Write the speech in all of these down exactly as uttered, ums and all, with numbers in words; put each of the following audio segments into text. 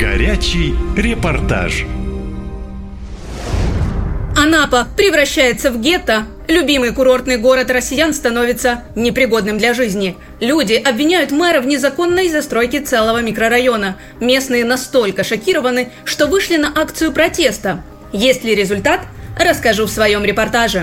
Горячий репортаж. Анапа превращается в гетто. Любимый курортный город россиян становится непригодным для жизни. Люди обвиняют мэра в незаконной застройке целого микрорайона. Местные настолько шокированы, что вышли на акцию протеста. Есть ли результат? Расскажу в своем репортаже.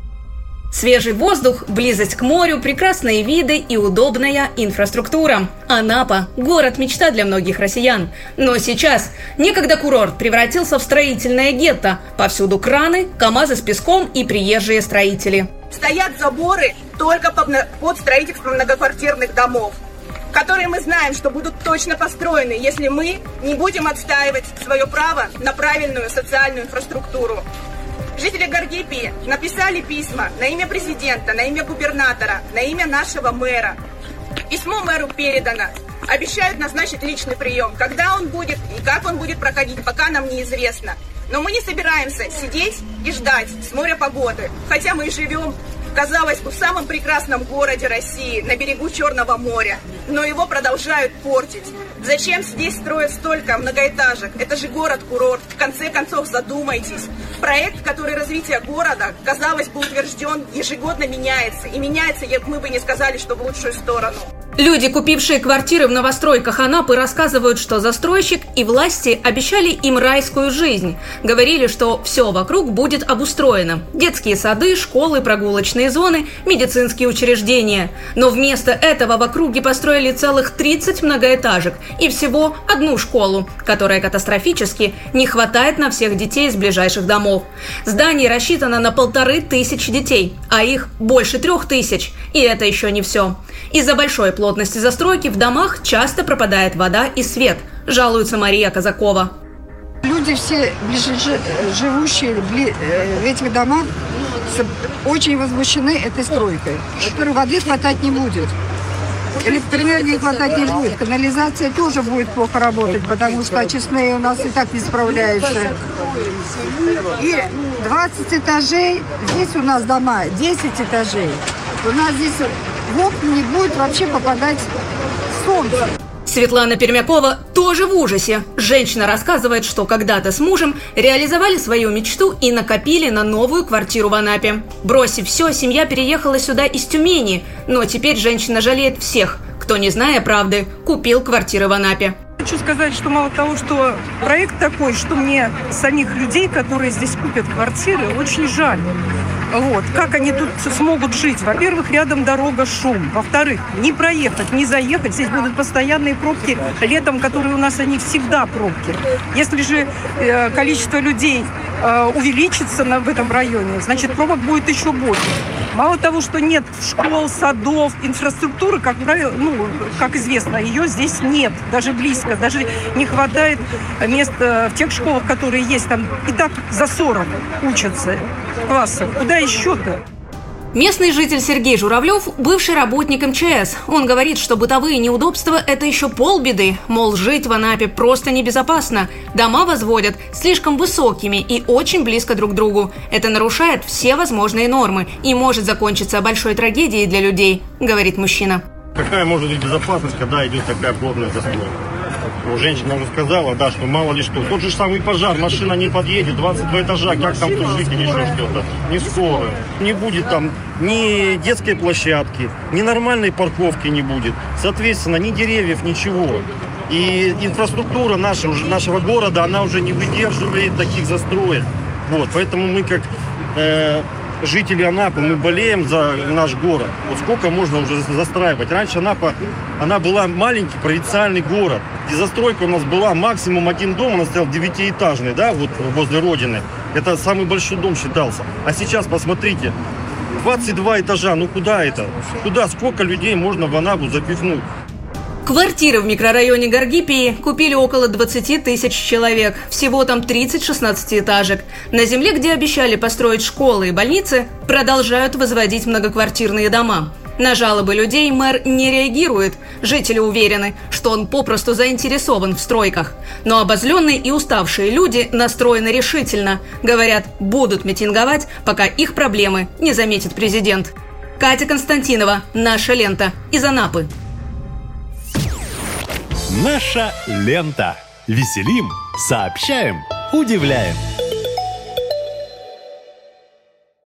Свежий воздух, близость к морю, прекрасные виды и удобная инфраструктура. Анапа – город-мечта для многих россиян. Но сейчас некогда курорт превратился в строительное гетто. Повсюду краны, КАМАЗы с песком и приезжие строители. Стоят заборы только под строительство многоквартирных домов, которые мы знаем, что будут точно построены, если мы не будем отстаивать свое право на правильную социальную инфраструктуру. Жители Гаргипии написали письма на имя президента, на имя губернатора, на имя нашего мэра. Письмо мэру передано. Обещают назначить личный прием. Когда он будет и как он будет проходить, пока нам неизвестно. Но мы не собираемся сидеть и ждать с моря погоды. Хотя мы и живем, казалось бы, в самом прекрасном городе России, на берегу Черного моря. Но его продолжают портить. Зачем здесь строят столько многоэтажек? Это же город-курорт. В конце концов, задумайтесь. Проект, который развитие города, казалось бы, утвержден, ежегодно меняется. И меняется, мы бы не сказали, что в лучшую сторону. Люди, купившие квартиры в новостройках Анапы, рассказывают, что застройщик и власти обещали им райскую жизнь. Говорили, что все вокруг будет обустроено. Детские сады, школы, прогулочные зоны, медицинские учреждения. Но вместо этого в округе построили целых тридцать многоэтажек и всего одну школу, которая катастрофически не хватает на всех детей из ближайших домов. Здание рассчитано на полторы тысячи детей, а их больше трех тысяч. И это еще не все. Из-за большой плотности застройки в домах часто пропадает вода и свет, жалуется Мария Казакова. Люди все живущие в этих домах очень возмущены этой стройкой. Во-первых, воды хватать не будет. Электроэнергии хватать не будет. Канализация тоже будет плохо работать, потому что очистные у нас и так не справляются. И двадцать этажей, здесь у нас дома десять этажей. У нас здесь в окна не будет вообще попадать солнце. Светлана Пермякова тоже в ужасе. Женщина рассказывает, что когда-то с мужем реализовали свою мечту и накопили на новую квартиру в Анапе. Бросив все, семья переехала сюда из Тюмени. Но теперь женщина жалеет всех, кто, не зная правды, купил квартиры в Анапе. Хочу сказать, что мало того, что проект такой, что мне самих людей, которые здесь купят квартиры, очень жаль. Вот. Как они тут смогут жить? Во-первых, рядом дорога, шум. Во-вторых, не проехать, не заехать. Здесь будут постоянные пробки летом, которые у нас, они всегда пробки. Если же э, количество людей э, увеличится на, в этом районе, значит, пробок будет еще больше. Мало того, что нет школ, садов, инфраструктуры, как правило, ну, как известно, ее здесь нет, даже близко. Даже не хватает мест в тех школах, которые есть. Там и так за сорок учатся классов. Куда еще-то? Местный житель Сергей Журавлев – бывший работник эм че эс. Он говорит, что бытовые неудобства – это еще полбеды. Мол, жить в Анапе просто небезопасно. Дома возводят слишком высокими и очень близко друг к другу. Это нарушает все возможные нормы и может закончиться большой трагедией для людей, говорит мужчина. Какая может быть безопасность, когда идет такая плотная застройка? Ну, женщина уже сказала, да, что мало ли что. Тот же самый пожар, машина не подъедет, двадцать два этажа, как там тут жить или еще что-то. Не скоро. Не будет там ни детской площадки, ни нормальной парковки не будет. Соответственно, ни деревьев, ничего. И инфраструктура нашего, нашего города, она уже не выдерживает таких застроек. Вот, поэтому мы как э, жители Анапы, мы болеем за наш город. Вот сколько можно уже застраивать. Раньше Анапа, она была маленький провинциальный город. И застройка у нас была максимум один дом, она стояла девятиэтажный, да, вот возле Родины. Это самый большой дом считался. А сейчас, посмотрите, двадцать два этажа, ну куда это? Куда, сколько людей можно в Анапу запихнуть? Квартиры в микрорайоне Гаргипии купили около двадцати тысяч человек. Всего там тридцать шестнадцатиэтажек. На земле, где обещали построить школы и больницы, продолжают возводить многоквартирные дома. На жалобы людей мэр не реагирует. Жители уверены, что он попросту заинтересован в стройках. Но обозленные и уставшие люди настроены решительно. Говорят, будут митинговать, пока их проблемы не заметит президент. Катя Константинова, «Наша лента», из Анапы. Наша лента. Веселим, сообщаем, удивляем.